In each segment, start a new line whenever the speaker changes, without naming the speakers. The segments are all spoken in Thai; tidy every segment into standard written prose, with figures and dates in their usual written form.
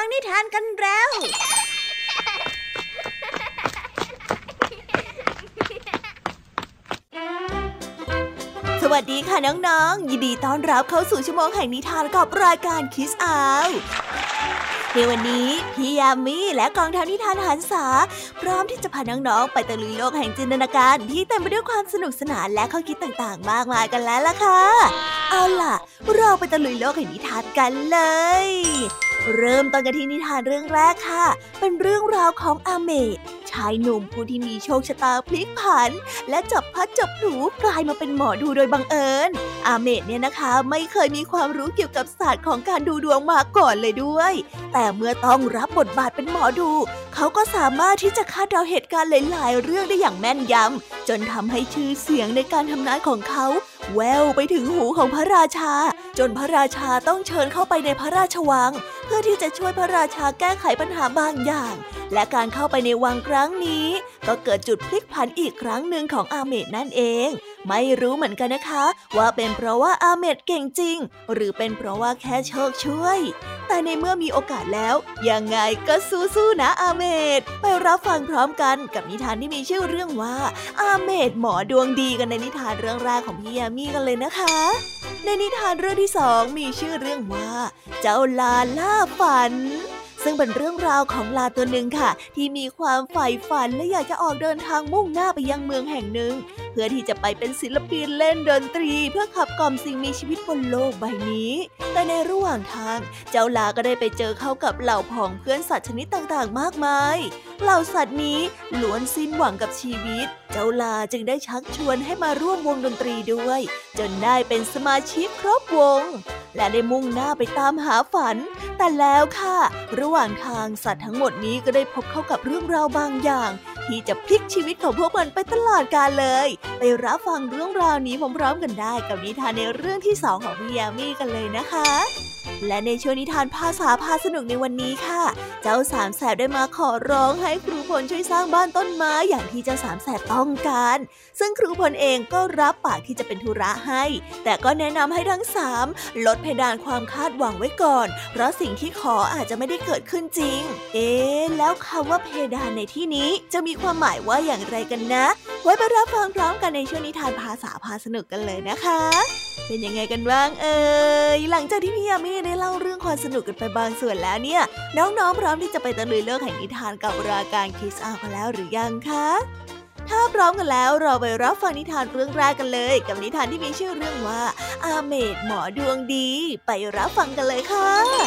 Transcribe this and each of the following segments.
ฟังนิทานกันแล้วสวัสดีค่ะน้องๆยินดีต้อนรับเข้าสู่ชั่วโมงแห่งนิทานกับรายการ Kids Hour ในวันนี้พี่ยามีและกองทัพนิทานหันษาพร้อมที่จะพาน้องๆไปตะลุยโลกแห่งจินตนาการที่เต็มไปด้วยความสนุกสนานและข้อคิดต่างๆมากมายกันแล้วล่ะค่ะเอาล่ะเราไปตะลุยโลกแห่งนิทานกันเลยเริ่มต้นกันที่นิทานเรื่องแรกค่ะเป็นเรื่องราวของอาเมะชายหนุ่มผู้ที่มีโชคชะตาพลิกผันและจับพลัดจับผลูกลายมาเป็นหมอดูโดยบังเอิญอาเมะเนี่ยนะคะไม่เคยมีความรู้เกี่ยวกับศาสตร์ของการดูดวงมาก่อนเลยด้วยแต่เมื่อต้องรับบทบาทเป็นหมอดูเขาก็สามารถที่จะคาดเดาเหตุการณ์หลายๆเรื่องได้อย่างแม่นยำจนทำให้ชื่อเสียงในการทำนายของเขาแว่วไปถึงหูของพระราชาจนพระราชาต้องเชิญเข้าไปในพระราชวังเพื่อที่จะช่วยพระราชาแก้ไขปัญหาบางอย่างและการเข้าไปในวังครั้งนี้ก็เกิดจุดพลิกผันอีกครั้งหนึ่งของอาเมะนั่นเองไม่รู้เหมือนกันนะคะว่าเป็นเพราะว่าอาเมะเก่งจริงหรือเป็นเพราะว่าแค่โชคช่วยแต่ในเมื่อมีโอกาสแล้วยังไงก็สู้ๆนะอาเมะไปรับฟังพร้อมกันกับนิทานที่มีชื่อเรื่องว่าอาเมะหมอดวงดีกันในนิทานเรื่องแรกของพี่ยามีกันเลยนะคะในนิทานเรื่องที่2มีชื่อเรื่องว่าเจ้าลาล่าฝันซึ่งเป็นเรื่องราวของลาตัวหนึ่งค่ะที่มีความใฝ่ฝันและอยากจะออกเดินทางมุ่งหน้าไปยังเมืองแห่งหนึ่งเพื่อที่จะไปเป็นศิลปินเล่นดนตรีเพื่อขับกล่อมสิ่งมีชีวิตบนโลกใบนี้แต่ในระหว่างทางเจ้าลาก็ได้ไปเจอเข้ากับเหล่าพ้องเพื่อนสัตว์ชนิดต่างๆมากมายเหล่าสัตว์นี้ล้วนสิ้นหวังกับชีวิตเจ้าลาจึงได้ชักชวนให้มาร่วมวงดนตรีด้วยจนได้เป็นสมาชิกครบวงและได้มุ่งหน้าไปตามหาฝันแต่แล้วค่ะระหว่างทางสัตว์ทั้งหมดนี้ก็ได้พบเข้ากับเรื่องราวบางอย่างที่จะพลิกชีวิตของพวกมันไปตลอดกาลเลยไปรับฟังเรื่องราวนี้พร้อมๆกันได้กับนิทานในเรื่องที่2ของพี่ยามีกันเลยนะคะและในช่วงนิทานภาษาพาสนุกในวันนี้ค่ะเจ้าสามแสบได้มาขอร้องให้ครูพลช่วยสร้างบ้านต้นไม้อย่างที่เจ้าสามแสบต้องการซึ่งครูพลเองก็รับปากที่จะเป็นธุระให้แต่ก็แนะนำให้ทั้ง3ลดเพดานความคาดหวังไว้ก่อนเพราะสิ่งที่ขออาจจะไม่ได้เกิดขึ้นจริงแล้วคำว่าเพดานในที่นี้จะมีความหมายว่าอย่างไรกันนะไว้ไปรับฟังพร้อมกันในช่วงนิทานภาษาพาสนุกกันเลยนะคะเป็นยังไงกันบ้างหลังจากที่พี่ยามีได้เล่าเรื่องความสนุกกันไปบางส่วนแล้วเนี่ยน้องๆพร้อมที่จะไปตะลุยโลกแห่งนิทานกับรายการ Kids Hour กันแล้วหรือยังคะถ้าพร้อมกันแล้วเราไปรับฟังนิทานเรื่องแรกกันเลยกับนิทานที่มีชื่อเรื่องว่าอาเมะหมอดวงดีไปรับฟังกันเลยค่ะ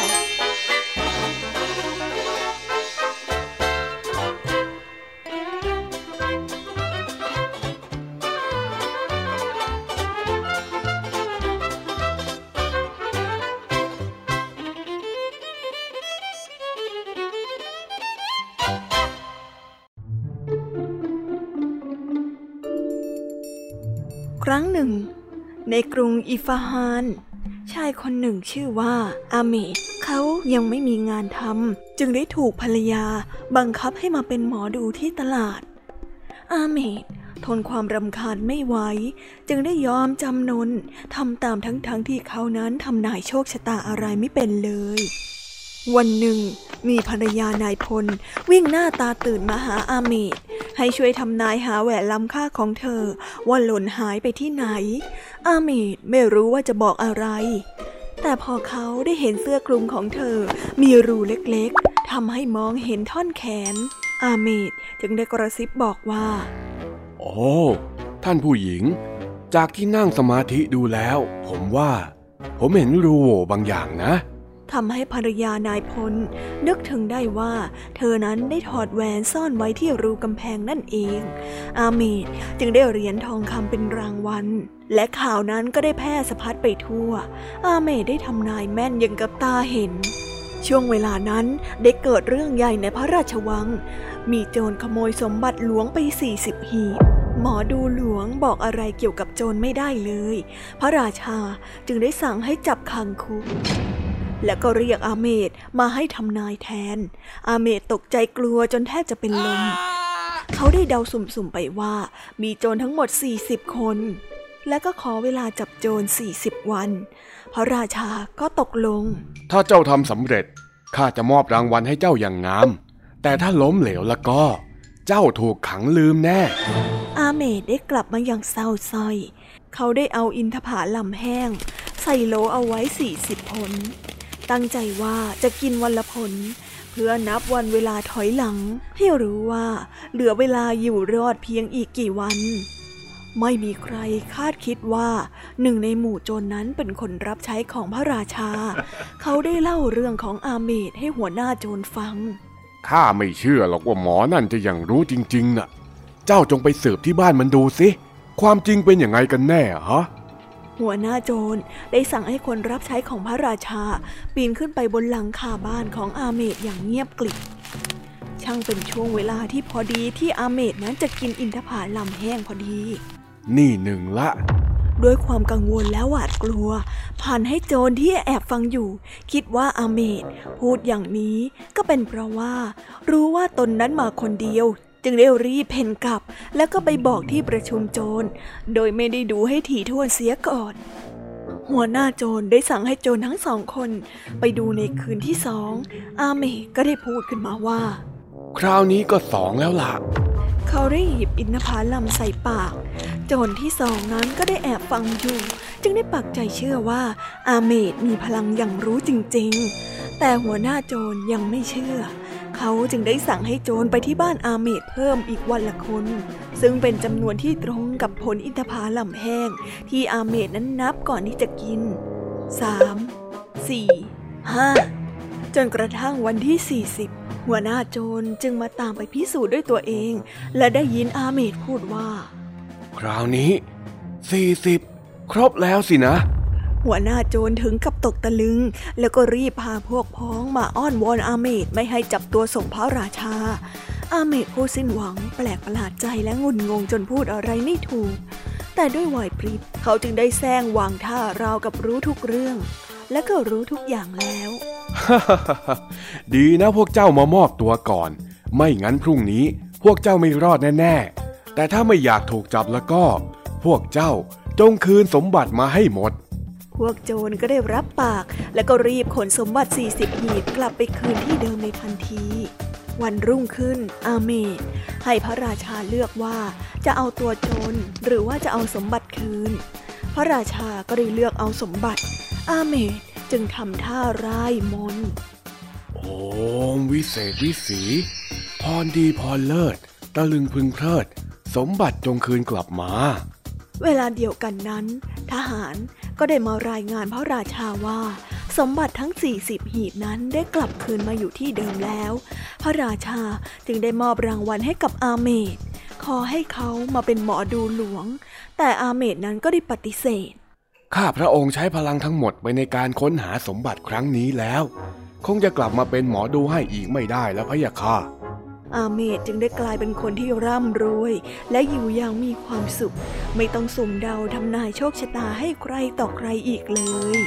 ครั้งหนึ่งในกรุงอิฟาฮานชายคนหนึ่งชื่อว่าอาเมะเขายังไม่มีงานทำจึงได้ถูกภรรยาบังคับให้มาเป็นหมอดูที่ตลาดอาเมะทนความรำคาญไม่ไหวจึงได้ยอมจำนนทำตามทั้งที่เขานั้นทำนายโชคชะตาอะไรไม่เป็นเลยวันหนึ่งมีภรรยานายพลวิ่งหน้าตาตื่นมาหาอาเมะให้ช่วยทำนายหาแหวนล้ำค่าของเธอว่าหล่นหายไปที่ไหนอาเมะไม่รู้ว่าจะบอกอะไรแต่พอเขาได้เห็นเสื้อคลุมของเธอมีรูเล็กๆทำให้มองเห็นท่อนแขนอาเมะจึงได้กระซิบบอกว่า
โอ้ท่านผู้หญิงจากที่นั่งสมาธิดูแล้วผมเห็นรูโหว่บางอย่างนะ
ทำให้ภรรยานายพลนึกถึงได้ว่าเธอนั้นได้ถอดแหวนซ่อนไว้ที่รูกำแพงนั่นเองอาเมะจึงได้เหรียญทองคำเป็นรางวัลและข่าวนั้นก็ได้แพร่สะพัดไปทั่วอาเมะได้ทำนายแม่นอย่างกับตาเห็นช่วงเวลานั้นได้เกิดเรื่องใหญ่ในพระราชวังมีโจรขโมยสมบัติหลวงไป40 หีบหมอดูหลวงบอกอะไรเกี่ยวกับโจรไม่ได้เลยพระราชาจึงได้สั่งให้จับขังคุกและก็เรียกอาเมะมาให้ทำนายแทนอาเมะตกใจกลัวจนแทบจะเป็นลมเขาได้เดาสุ่มๆไปว่ามีโจรทั้งหมด40 คนและก็ขอเวลาจับโจร40 วันพระราชาก็ตกลง
ถ้าเจ้าทำสำเร็จข้าจะมอบรางวัลให้เจ้าอย่างงามแต่ถ้าล้มเหลวแล้วก็เจ้าถูกขังลืมแน่
อาเมดได้กลับมาอย่างเศร้าส้อยเขาได้เอาอินทผลัมแห้งใส่โหลเอาไว้40 ผลตั้งใจว่าจะกินวันละผลเพื่อนับวันเวลาถอยหลังให้รู้ว่าเหลือเวลาอยู่รอดเพียงอีกกี่วันไม่มีใครคาดคิดว่าหนึ่งในหมู่โจรนั้นเป็นคนรับใช้ของพระราชาเขาได้เล่าเรื่องของอาเมดให้หัวหน้าโจรฟัง
ข้าไม่เชื่อหรอกว่าหมอนั่นจะยังรู้จริงๆน่ะเจ้าจงไปสืบที่บ้านมันดูสิความจริงเป็นยังไงกันแน่ฮะ
หัวหน้าโจรได้สั่งให้คนรับใช้ของพระราชาปีนขึ้นไปบนหลังคาบ้านของอาเมดอย่างเงียบกริบช่างเป็นช่วงเวลาที่พอดีที่อาเมดนั้นจะกินอินทผลัมแห้งพอดี
นี่หนึ่งละ
ด้วยความกังวลและหวาดกลัวผ่านให้โจรที่แอบฟังอยู่คิดว่าอาเมดพูดอย่างนี้ก็เป็นเพราะว่ารู้ว่าตนนั้นมาคนเดียวจึงได้รีบเพ่นกลับแล้วก็ไปบอกที่ประชุมโจรโดยไม่ได้ดูให้ถี่ถ้วนเสียก่อนหัวหน้าโจรได้สั่งให้โจรทั้ง2 คนไปดูในคืนที่2อาเมดก็ได้พูดขึ้นมาว่า
คราวนี้ก็2แล้วล่ะ
เขาได้หยิบอินทผลัมใส่ปากโจรที่2นั้นก็ได้แอบฟังอยู่จึงได้ปักใจเชื่อว่าอาเมดมีพลังอย่างรู้จริงๆแต่หัวหน้าโจรยังไม่เชื่อเขาจึงได้สั่งให้โจรไปที่บ้านอาเมดเพิ่มอีกวันละคนซึ่งเป็นจำนวนที่ตรงกับผลอินทผลัมแห้งที่อาเมดนั้นนับก่อนที่จะกิน3 4 5จนกระทั่งวันที่40หัวหน้าโจรจึงมาตามไปพิสูจน์ด้วยตัวเองและได้ยินอาเมดพูดว่า
คราวนี้40ครบแล้วสินะ
หัวหน้าโจรถึงกับตกตะลึงแล้วก็รีบพาพวกพ้องมาอ้อนวอนอาเมดไม่ให้จับตัวส่งพระราชาอาเมดผู้สิ้นหวังแปลกประหลาดใจและงุนงงจนพูดอะไรไม่ถูกแต่ด้วยไหวพริบเขาจึงได้แซงวางท่าราวกับรู้ทุกเรื่องและก็รู้ทุกอย่างแล้ว
ดีนะพวกเจ้ามามอบตัวก่อนไม่งั้นพรุ่งนี้พวกเจ้าไม่รอดแน่ๆแต่ถ้าไม่อยากถูกจับแล้วก็พวกเจ้าจงคืนสมบัติมาให้หมด
พวกโจรก็ได้รับปากแล้วก็รีบขนสมบัติ40 หีบกลับไปคืนที่เดิมในทันทีวันรุ่งขึ้นอาเมดให้พระราชาเลือกว่าจะเอาตัวโจรหรือว่าจะเอาสมบัติคืนพระราชาก็ได้เลือกเอาสมบัติอาเมดจึงทำท่าร่ายมนต์
โอมวิเศษวิสีพรดีพรเลิศตะลึงพึงเพลิดสมบัติจงคืนกลับมา
เวลาเดียวกันนั้นทหารก็ได้มารายงานพระราชาว่าสมบัติทั้ง40 หีบนั้นได้กลับคืนมาอยู่ที่เดิมแล้วพระราชาจึงได้มอบรางวัลให้กับอาเมดขอให้เขามาเป็นหมอดูหลวงแต่อาเมดนั้นก็ได้ปฏิเสธ
ข้าพระองค์ใช้พลังทั้งหมดไปในการค้นหาสมบัติครั้งนี้แล้วคงจะกลับมาเป็นหมอดูให้อีกไม่ได้แล้วพะยะค่ะ
อาเมดจึงได้กลายเป็นคนที่ร่ำรวยและอยู่อย่างมีความสุขไม่ต้องสุ่มเดาทำนายโชคชะตาให้ใครต่อใครอีกเลย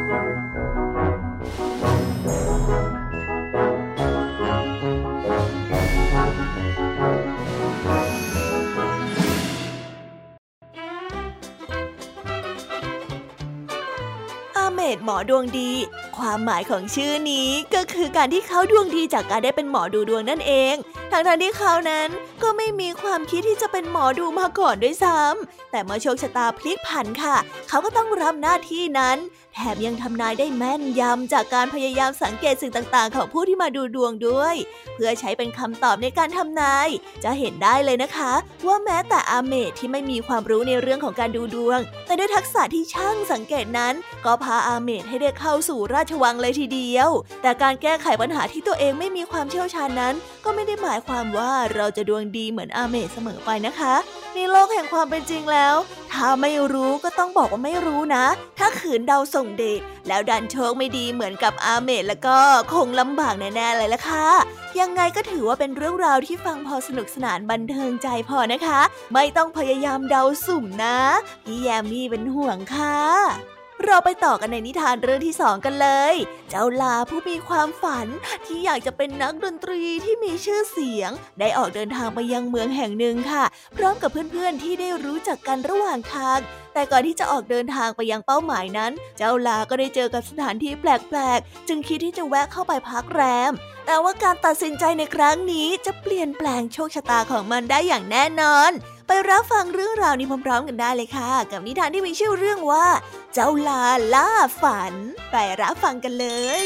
อาเมดหมอดวงดีความหมายของชื่อนี้ก็คือการที่เขาดวงดีจากการได้เป็นหมอดูดวงนั่นเองทั้งที่เขานั้นก็ไม่มีความคิดที่จะเป็นหมอดูมาก่อนด้วยซ้ำแต่เมื่อโชคชะตาพลิกผันค่ะเขาก็ต้องรับหน้าที่นั้นแถมยังทำนายได้แม่นยำจากการพยายามสังเกตสิ่งต่างๆของผู้ที่มาดูดวงด้วยเพื่อใช้เป็นคำตอบในการทำนายจะเห็นได้เลยนะคะว่าแม้แต่อาเมดที่ไม่มีความรู้ในเรื่องของการดูดวงแต่ด้วยทักษะที่ช่างสังเกตนั้นก็พาอาเมดให้ได้เข้าสู่ราชวังเลยทีเดียวแต่การแก้ไขปัญหาที่ตัวเองไม่มีความเชี่ยวชาญนั้นก็ไม่ได้หมายความว่าเราจะดวงดีเหมือนอาเมดเสมอไปนะคะในโลกแห่งความเป็นจริงแล้วถ้าไม่รู้ก็ต้องบอกว่าไม่รู้นะถ้าขืนเดาส่งเดชแล้วดันโชคไม่ดีเหมือนกับอาเมดแล้วก็คงลำบากแน่ๆเลยล่ะค่ะยังไงก็ถือว่าเป็นเรื่องราวที่ฟังพอสนุกสนานบันเทิงใจพอนะคะไม่ต้องพยายามเดาสุ่มนะพี่แยมมี่เป็นห่วงค่ะเราไปต่อกันในนิทานเรื่องที่2กันเลยเจ้าลาผู้มีความฝันที่อยากจะเป็นนักดนตรีที่มีชื่อเสียงได้ออกเดินทางไปยังเมืองแห่งหนึ่งค่ะพร้อมกับเพื่อนๆที่ได้รู้จักกันระหว่างทางแต่ก่อนที่จะออกเดินทางไปยังเป้าหมายนั้นเจ้าลาก็ได้เจอกับสถานที่แปลกๆจึงคิดที่จะแวะเข้าไปพักแรมแต่ว่าการตัดสินใจในครั้งนี้จะเปลี่ยนแปลงโชคชะตาของมันได้อย่างแน่นอนไปรับฟังเรื่องราวนี้พร้อมๆกันได้เลยค่ะกับนิทานที่มีชื่อเรื่องว่าเจ้าลาล่าฝันไปรับฟังกันเลย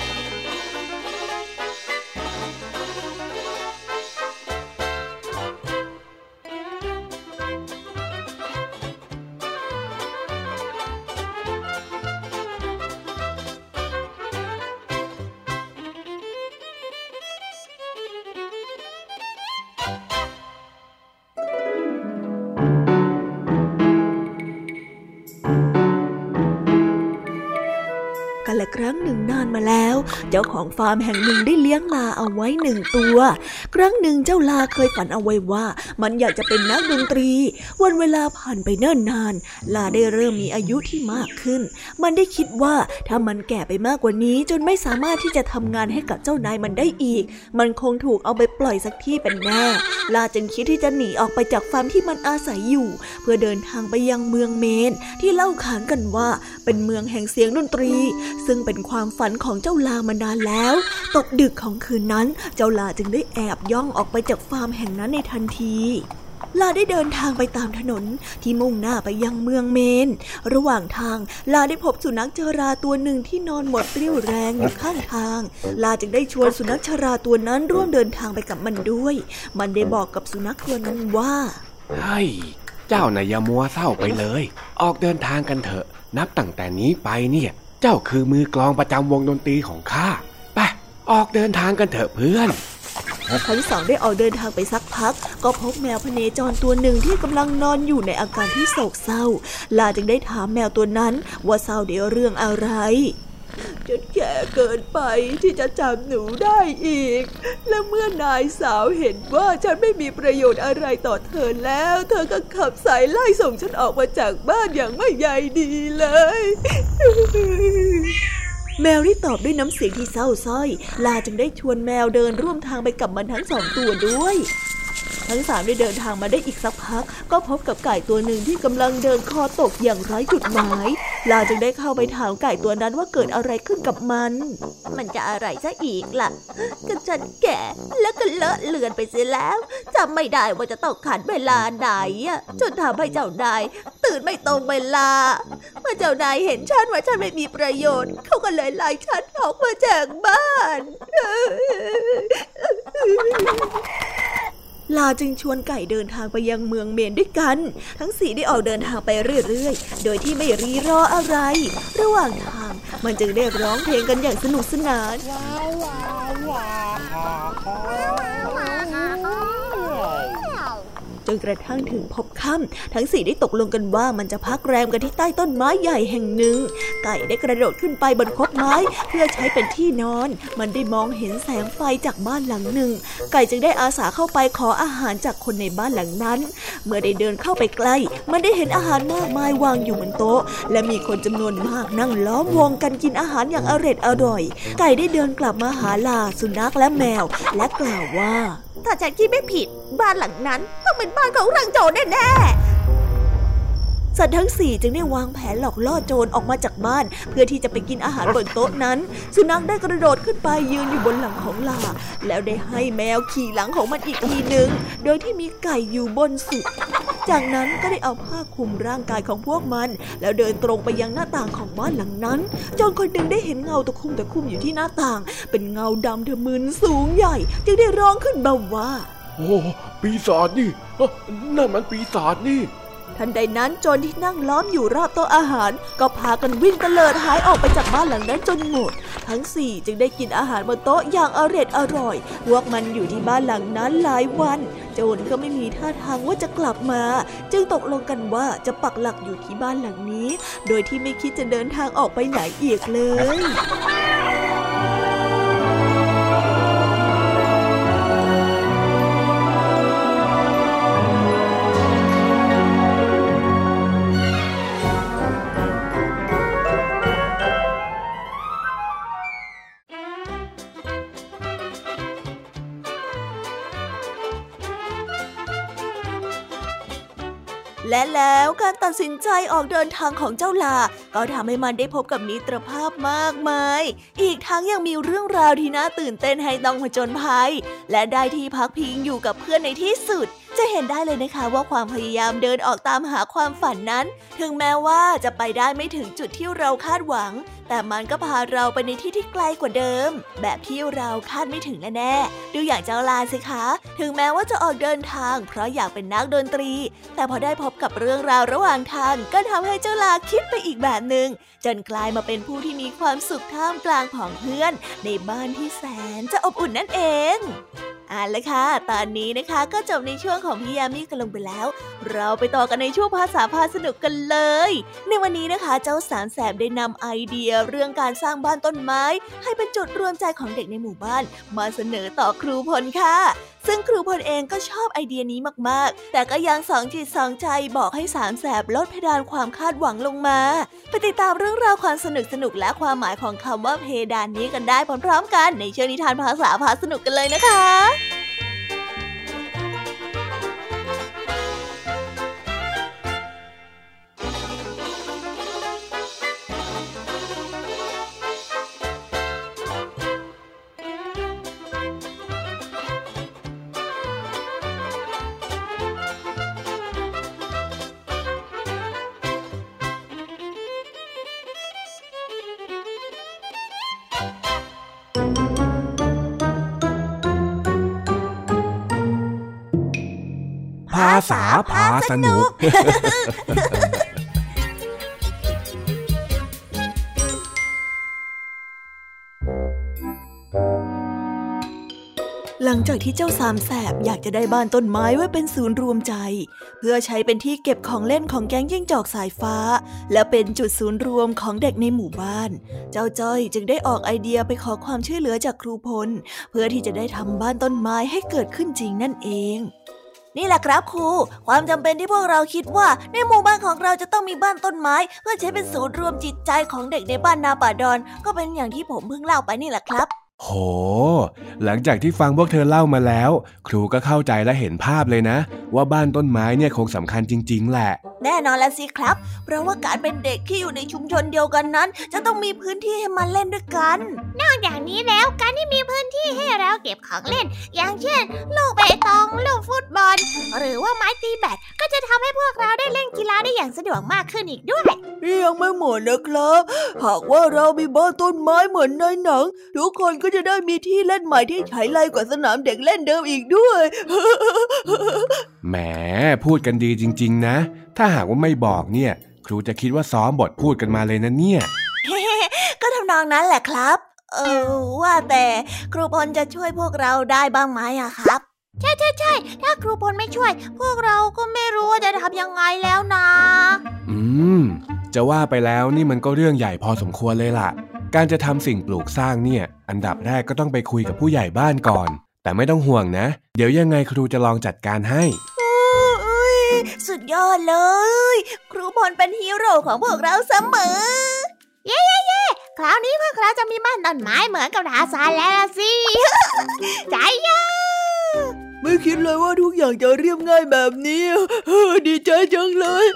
และครั้งหนึ่งนานมาแล้วเจ้าของฟาร์มแห่งหนึ่งได้เลี้ยงลาเอาไว้1 ตัวครั้งหนึ่งเจ้าลาเคยฝันเอาไว้ว่ามันอยากจะเป็นนักดนตรีวันเวลาผ่านไปเนิ่นนานลาได้เริ่มมีอายุที่มากขึ้นมันได้คิดว่าถ้ามันแก่ไปมากกว่านี้จนไม่สามารถที่จะทำงานให้กับเจ้านายมันได้อีกมันคงถูกเอาไปปล่อยสักที่เป็นแน่ลาจึงคิดที่จะหนีออกไปจากฟาร์มที่มันอาศัยอยู่เพื่อเดินทางไปยังเมืองเมนที่เล่าขานกันว่าเป็นเมืองแห่งเสียงดนตรีซึ่งเป็นความฝันของเจ้าลามานานแล้วตกดึกของคืนนั้นเจ้าลาจึงได้แอบย่องออกไปจากฟาร์มแห่งนั้นในทันทีลาได้เดินทางไปตามถนนที่มุ่งหน้าไปยังเมืองเมนระหว่างทางลาได้พบสุนัขชราตัวหนึ่งที่นอนหมดเรี่ยวแรงอยู่ข้างทางลาจึงได้ชวนสุนัขชราตัวนั้นร่วมเดินทางไปกับมันด้วยมันได้บอกกับสุนัขตัวนั้นว่า
เฮ้ยเจ้าน่ะอย่ามัวเศร้าไปเลยออกเดินทางกันเถอะนับตั้งแต่นี้ไปเนี่ยเจ้าคือมือกลองประจำวงดนตรีของข้าไปออกเดินทางกันเถอะเพื่อน
ทั้งสองได้ออกเดินทางไปสักพักก็พบแมวพเนจรตัวหนึ่งที่กำลังนอนอยู่ในอาการที่โศกเศร้าลาจึงได้ถามแมวตัวนั้นว่าเศร้าด้วยเรื่องอะไรฉันแก่เกินไปที่จะจำหนูได้อีกและเมื่อนายสาวเห็นว่าฉันไม่มีประโยชน์อะไรต่อเธอแล้วเธอก็ขับสายไล่ส่งฉันออกมาจากบ้านอย่างไม่ใยดีเลยแมวได้ตอบด้วยน้ำเสียงที่เศร้าส้อยลาจึงได้ชวนแมวเดินร่วมทางไปกับมันทั้ง2 ตัวด้วยทั้ง3ได้เดินทางมาได้อีกสักพักก็พบกับไก่ตัวหนึ่งที่กำลังเดินคอตกอย่างไร้จุดหมายลาจึงได้เข้าไปถามไก่ตัวนั้นว่าเกิดอะไรขึ้นกับมันจะอะไรซะอีกล่ะก็ฉันแก่แล้วก็เลอะเลือนไปเสียแล้วจำไม่ได้ว่าจะต้องขันเวลาไหนจนทำให้เจ้านายตื่นไม่ตรงเวลาเมื่อเจ้านายเห็นฉันว่าฉันไม่มีประโยชน์เขาก็เลยไล่ฉันออกมาจากบ้านลาจึงชวนไก่เดินทางไปยังเมืองเมนด้วยกันทั้ง4ได้ออกเดินทางไปเรื่อยๆโดยที่ไม่รีรออะไรระหว่างทางมันจึงได้ร้องเพลงกันอย่างสนุกสนานจนกระทั่งถึงพบค่ำทั้ง4ได้ตกลงกันว่ามันจะพักแรมกันที่ใต้ต้นไม้ใหญ่แห่งหนึ่งไก่ได้กระโดดขึ้นไปบนคบไม้เพื่อใช้เป็นที่นอนมันได้มองเห็นแสงไฟจากบ้านหลังหนึ่งไก่จึงได้อาสาเข้าไปขออาหารจากคนในบ้านหลังนั้นเมื่อได้เดินเข้าไปใกล้มันได้เห็นอาหารมากมายวางอยู่บนโต๊ะและมีคนจำนวนมากนั่งล้อมวงกันกินอาหารอย่างอร่อยไก่ได้เดินกลับมาหาลาสุนัขและแมวและกล่าวว่าถ้าฉันคิดไม่ผิดบ้านหลังนั้นต้องเป็นบ้านของนางโจรแน่ๆสัตว์ทั้ง4จึงได้วางแผนหลอกล่อโจรออกมาจากบ้านเพื่อที่จะไปกินอาหารบนโต๊ะนั้นสุนัขได้กระโดดขึ้นไปยืนอยู่บนหลังของลาแล้วได้ให้แมวขี่หลังของมันอีกทีนึงโดยที่มีไก่อยู่บนสุดจากนั้นก็ได้เอาผ้าคลุมร่างกายของพวกมันแล้วเดินตรงไปยังหน้าต่างของบ้านหลังนั้นโจรคนหนึ่งได้เห็นเงาตะคุ่มอยู่ที่หน้าต่างเป็นเงาดำทะมึนสูงใหญ่จึงได้ร้องขึ้นเบาว่า
โอ้ปีศาจนี่นั่นมันปีศาจนี่
ทันใดนั้นโจรที่นั่งล้อมอยู่รอบโต๊ะอาหารก็พากันวิ่งเตลิดหายออกไปจากบ้านหลังนั้นจนหมดทั้ง4จึงได้กินอาหารบนโต๊ะอย่างอร่อยพวกมันอยู่ที่บ้านหลังนั้นหลายวันโจรก็ไม่มีท่าทางว่าจะกลับมาจึงตกลงกันว่าจะปักหลักอยู่ที่บ้านหลังนี้โดยที่ไม่คิดจะเดินทางออกไปไหนอีกเลยและแล้วการตัดสินใจออกเดินทางของเจ้าลาก็ทำให้มันได้พบกับมิตรภาพมากมายอีกทั้งยังมีเรื่องราวที่น่าตื่นเต้นให้ต้องผจญภัยและได้ที่พักพิงอยู่กับเพื่อนในที่สุดจะเห็นได้เลยนะคะว่าความพยายามเดินออกตามหาความฝันนั้นถึงแม้ว่าจะไปได้ไม่ถึงจุดที่เราคาดหวังแต่มันก็พาเราไปในที่ที่ไกลกว่าเดิมแบบที่เราคาดไม่ถึงแน่ๆดูอย่างเจ้าลาสิคะถึงแม้ว่าจะออกเดินทางเพราะอยากเป็นนักดนตรีแต่พอได้พบกับเรื่องราวระหว่างทางก็ทำให้เจ้าลาคิดไปอีกแบบนึงจนกลายมาเป็นผู้ที่มีความสุขท่ามกลางผองเพื่อนในบ้านที่แสนจะอบอุ่นนั่นเองละค่ะตอนนี้นะคะก็จบในช่วงของพี่ยามีกันลงไปแล้วเราไปต่อกันในช่วงภาษาพาสนุกกันเลยในวันนี้นะคะเจ้าสามแสบได้นำไอเดียเรื่องการสร้างบ้านต้นไม้ให้เป็นจุดรวมใจของเด็กในหมู่บ้านมาเสนอต่อครูพลค่ะซึ่งครูพลเองก็ชอบไอเดียนี้มากๆแต่ก็ยังสองจิตสองใจบอกให้สามแสบลดเพดานความคาดหวังลงมาไปติดตามเรื่องราวความสนุกและความหมายของคำว่าเพดานนี้กันได้พร้อมๆกันในช่วงนิทานภาษาพาสนุกกันเลยนะคะ
ภาษาพาสนุก
หลังจากที่เจ้าสามแสบอยากจะได้บ้านต้นไม้ไว้เป็นศูนย์รวมใจเพื่อใช้เป็นที่เก็บของเล่นของแก๊งจิ้งจอกสายฟ้าและเป็นจุดศูนย์รวมของเด็กในหมู่บ้านเจ้าจ้อยจึงได้ออกไอเดียไปขอความช่วยเหลือจากครูพลเพื่อที่จะได้ทำบ้านต้นไม้ให้เกิดขึ้นจริงนั่นเองนี่แหละครับครูความจำเป็นที่พวกเราคิดว่าในหมู่บ้านของเราจะต้องมีบ้านต้นไม้เพื่อใช้เป็นศูนย์รวมจิตใจของเด็กในบ้านนาป่าดอนก็เป็นอย่างที่ผมเพิ่งเล่าไปนี่แหละครับ
โหหลังจากที่ฟังพวกเธอเล่ามาแล้วครูก็เข้าใจและเห็นภาพเลยนะว่าบ้านต้นไม้เนี่ยคงสำคัญจริงๆแหละ
แน่นอนแล้วสิครับเพราะว่าการเป็นเด็กที่อยู่ในชุมชนเดียวกันนั้นจะต้องมีพื้นที่ให้มาเล่นด้วยกัน
นอกจากนี้แล้วการที่มีพื้นที่ให้เราเก็บของเล่นอย่างเช่นลูกเปตองลูกฟุตบอลหรือว่าไม้ตีแบดก็จะทำให้พวกเราได้เล่นกีฬาได้อย่างสะดวกมากขึ้นอีกด้วย
ยังไม่หมดนะครับหากว่าเรามีบ้านต้นไม้เหมือนในหนังทุกคนก็จะได้มีที่เล่นใหม่ที่ใช้ไล่กว่าสนามเด็กเล่นเดิมอีกด้วย
แหมพูดกันดีจริงๆนะถ้าหากว่าไม่บอกเนี่ยครูจะคิดว่าซ้อมบทพูดกันมาเลยนะเนี่ย
ก็ทำนองนั้นแหละครับว่าแต่ครูพลจะช่วยพวกเราได้บ้างไหมอะครับ
ใช่ถ้าครูพลไม่ช่วยพวกเราก็ไม่รู้ว่าจะทำยังไงแล้วนะ
จะว่าไปแล้วนี่มันก็เรื่องใหญ่พอสมควรเลยล่ะการจะทำสิ่งปลูกสร้างเนี่ยอันดับแรกก็ต้องไปคุยกับผู้ใหญ่บ้านก่อนแต่ไม่ต้องห่วงนะเดี๋ยวยังไงครูจะลองจัดการให้
สุดยอดเลยครูพลเป็นฮีโร่ของพวกเราเสมอ
เย้คราวนี้พวกเราจะมีบ้านต้นไม้เหมือนกับทาซานแล้วสิ ใจเย็น
ไม่คิดเลยว่าทุกอย่างจะเรียบง่ายแบบนี้ดีใจจังเลย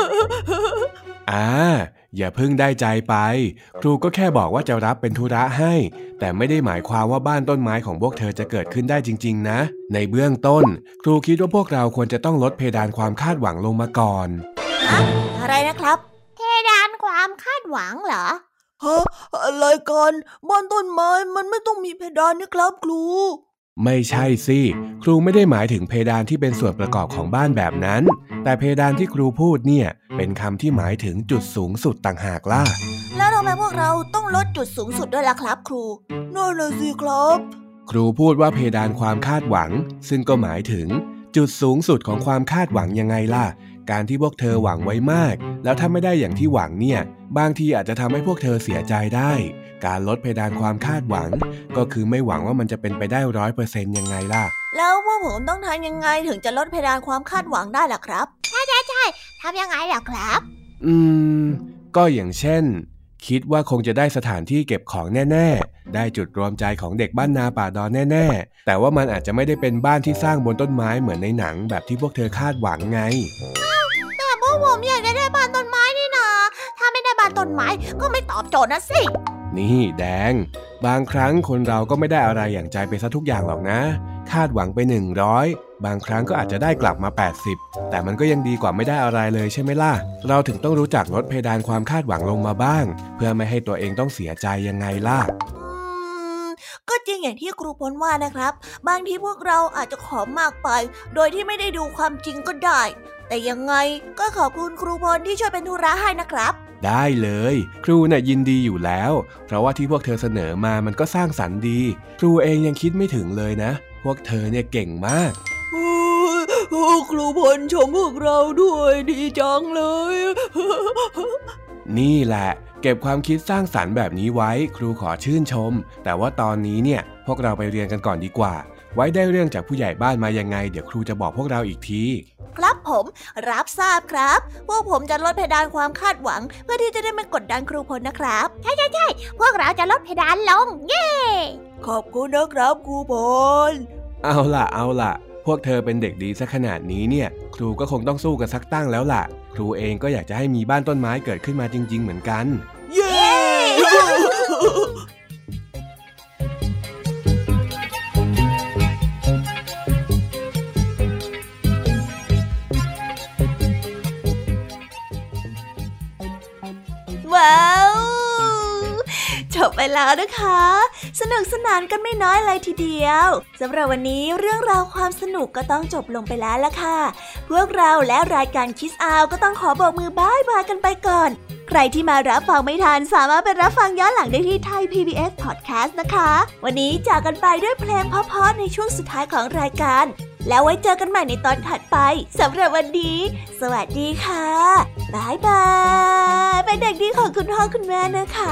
อย่าเพิ่งได้ใจไปครูก็แค่บอกว่าจะรับเป็นธุระให้แต่ไม่ได้หมายความว่าบ้านต้นไม้ของพวกเธอจะเกิดขึ้นได้จริงๆนะในเบื้องต้นครูคิดว่าพวกเราควรจะต้องลดเพดานความคาดหวังลงมาก่อน
อะไรนะครับ
เพดานความคาดหวังเหรอ
อะไรกันบ้านต้นไม้มันไม่ต้องมีเพดานนะครับครู
ไม่ใช่สิครูไม่ได้หมายถึงเพดานที่เป็นส่วนประกอบของบ้านแบบนั้นแต่เพดานที่ครูพูดเนี่ยเป็นคำที่หมายถึงจุดสูงสุดต่างหากล่ะ
แล้วทำไมพวกเราต้องลดจุดสูงสุดด้วยล่ะครับครูนั่นน่ะสิครับ
ครูพูดว่าเพดานความคาดหวังซึ่งก็หมายถึงจุดสูงสุดของความคาดหวังยังไงล่ะการที่พวกเธอหวังไว้มากแล้วถ้าไม่ได้อย่างที่หวังเนี่ยบางทีอาจจะทำให้พวกเธอเสียใจได้การลดเพดานความคาดหวังก็คือไม่หวังว่ามันจะเป็นไปได้ 100% ยังไงล่ะ
แล้วพวกผมต้องทำยังไงถึงจะลดเพดานความคาดหวังได้ล่ะครับ
ใช่ทำยังไงล่ะครับ
ก็อย่างเช่นคิดว่าคงจะได้สถานที่เก็บของแน่ๆได้จุดรวมใจของเด็กบ้านนาป่าดอนแน่ๆแต่ว่ามันอาจจะไม่ได้เป็นบ้านที่สร้างบนต้นไม้เหมือนในหนังแบบที่พวกเธอคาดหวังไง
ก็ผมอยากจะได้บ้านต้นไม้นี่นาถ้าไม่ได้บ้านต้นไม้ก็ไม่ตอบโจทย์นะสิ
นี่แดงบางครั้งคนเราก็ไม่ได้อะไรอย่างใจไปซะทุกอย่างหรอกนะคาดหวังไป100บางครั้งก็อาจจะได้กลับมา80แต่มันก็ยังดีกว่าไม่ได้อะไรเลยใช่ไหมล่ะเราถึงต้องรู้จักลดเพดานความคาดหวังลงมาบ้างเพื่อไม่ให้ตัวเองต้องเสียใจยังไงล่ะ
ก็จริงอย่างที่ครูพลว่านะครับบางทีพวกเราอาจจะขอมากไปโดยที่ไม่ได้ดูความจริงก็ได้แต่ยังไงก็ขอบคุณครูพลที่ช่วยเป็นธุระให้นะครับ
ได้เลยครูน่ะยินดีอยู่แล้วเพราะว่าที่พวกเธอเสนอมามันก็สร้างสรรค์ดีครูเองยังคิดไม่ถึงเลยนะพวกเธอเนี่ยเก่งมาก
ครูพลชมพวกเราด้วยดีจังเลย
นี่แหละเก็บความคิดสร้างสรรค์แบบนี้ไว้ครูขอชื่นชมแต่ว่าตอนนี้เนี่ยพวกเราไปเรียนกันก่อนดีกว่าไว้ได้เรื่องจากผู้ใหญ่บ้านมายังไงเดี๋ยวครูจะบอกพวกเราอีกที
ครับผมรับทราบครับพวกผมจะลดเพดานความคาดหวังเพื่อที่จะได้ไม่กดดันครูพลนะครับ
ใช่พวกเราจะลดเพดานลงเย้
ขอบคุณนะครับครูพล
เอาล่ะพวกเธอเป็นเด็กดีซะขนาดนี้เนี่ยครูก็คงต้องสู้กันสักตั้งแล้วล่ะครูเองก็อยากจะให้มีบ้านต้นไม้เกิดขึ้นมาจริงๆเหมือนกัน
เย้ว้าวจบไปแล้วนะคะสนุกสนานกันไม่น้อยเลยทีเดียวสำหรับวันนี้เรื่องราวความสนุกก็ต้องจบลงไปแล้วล่ะค่ะพวกเราและรายการคิสอาวก็ต้องขอบอกมือบ๊ายบายกันไปก่อนใครที่มารับฟังไม่ทันสามารถไปรับฟังย้อนหลังได้ที่ไทย PBS Podcast นะคะวันนี้จากกันไปด้วยเพลงเพราะๆในช่วงสุดท้ายของรายการแล้วไว้เจอกันใหม่ในตอนถัดไปสำหรับวันนี้สวัสดีค่ะบ๊ายบายเป็นเด็กดีของคุณพ่อคุณแม่นะคะ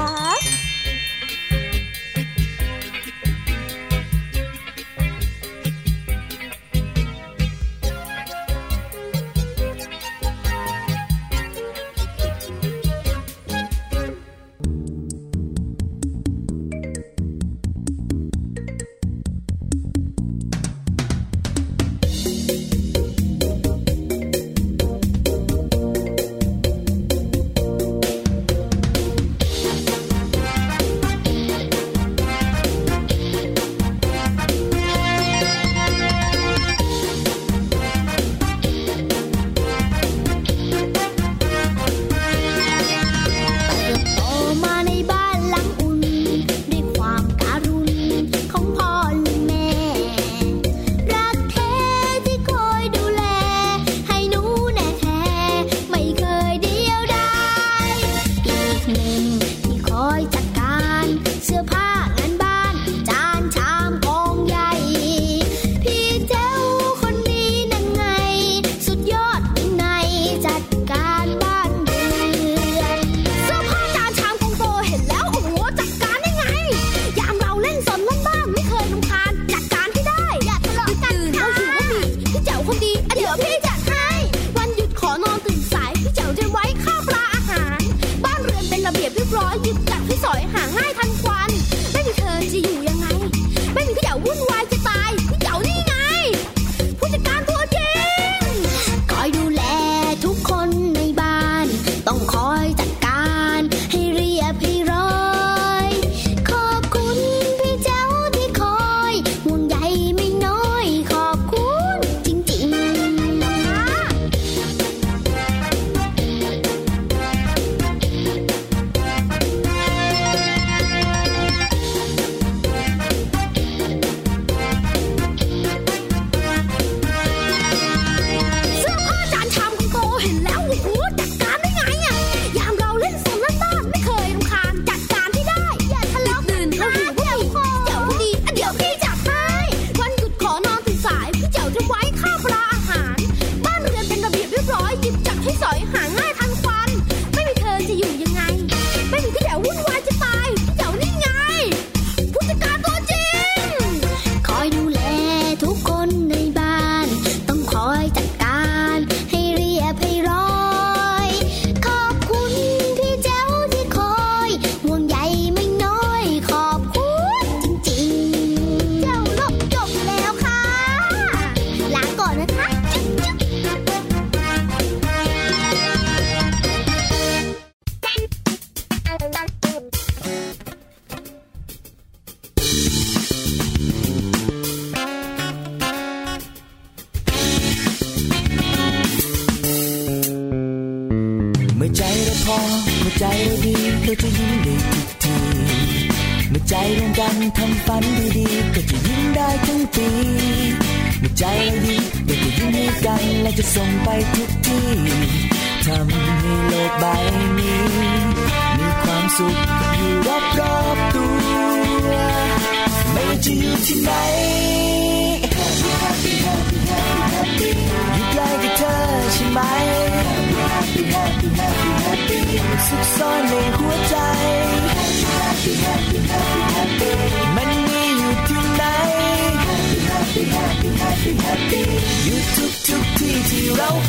ก็จะยิ้มได้ทุกทีเมื่อใจรวมกันทำฝันดีๆก็จะยิ้มได้ทั้งปีเมื่อใจเราดีก็จะยิ้มให้กันและจะส่งไปทุกที่ทำให้โลกใบนี้มีความสุขอยู่รอบๆตัวไม่ว่าจะอยู่ที่ไหน Happy Happy Happy Happy Happy อยู่ใกล้กับเธอใช่ไหม Happy Happy Happy Happy Happy สุขซ่อนในหัวใจ Happy Happy Happy Happy Happy มันมีอยู่ที่ไหน Happy Happy Happy Happy Happy อยู่ทุกที่ที่เราไป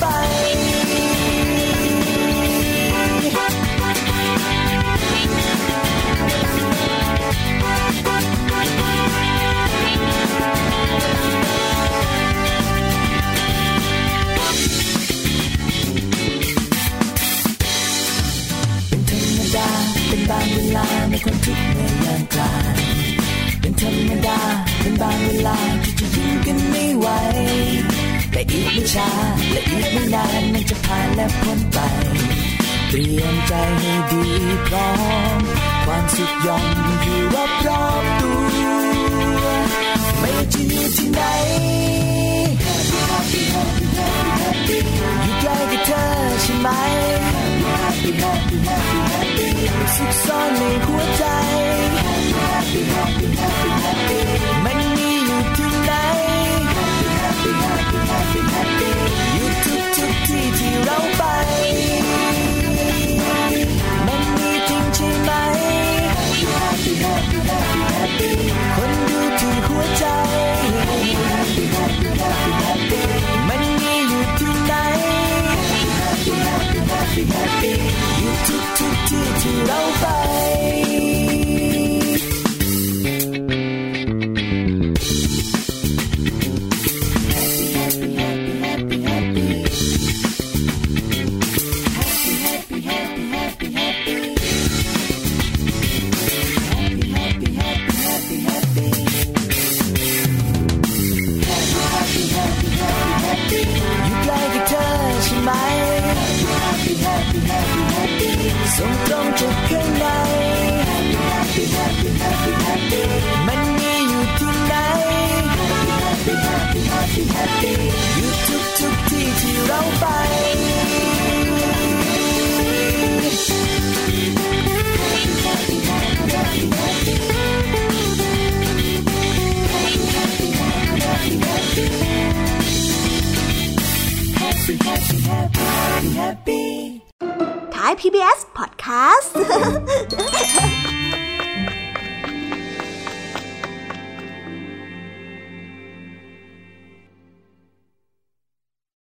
เป็นบางเวลาในความทุกข์ในยามกลางเป็นธรรมดาเป็นบางเวลาที่จะยิ้มกันไม่ไหวแต่อีกไม่ช้าและอีกไม่นานมันจะผ่านและพ้นไปเตรียมใจให้ดีพร้อมความสุขย่อมอยู่รอบๆตัวไม่ว่าจะอยู่ที่ไหน Happy Happy Happy Happy Happy อยู่ใกล้กับเธอใช่ไหม Happy Happy Happy Happy Happy สุขซ่อนในหัวใจ Happy Happy Happy Happy Happy มันมีอยู่ที่ไหน Happy Happy Happy Happy Happy อยู่ทุกที่ที่เราไปมันมีจริงใช่ไหม Happy Happy Happy Happy คนดูที่หัวใจ Happy Happy Happy Happy มันมีอยู่ที่ไหน Happy Happy Happy Happy อยู่ทุกที่ที่เราไปส่งตรงจากข้างใน Happy Happy Happy Happy มันมีอยู่ที่ไหน Happy Happy Happy Happy อยู่ทุกที่ที่เราไป
Thai PBS Podcast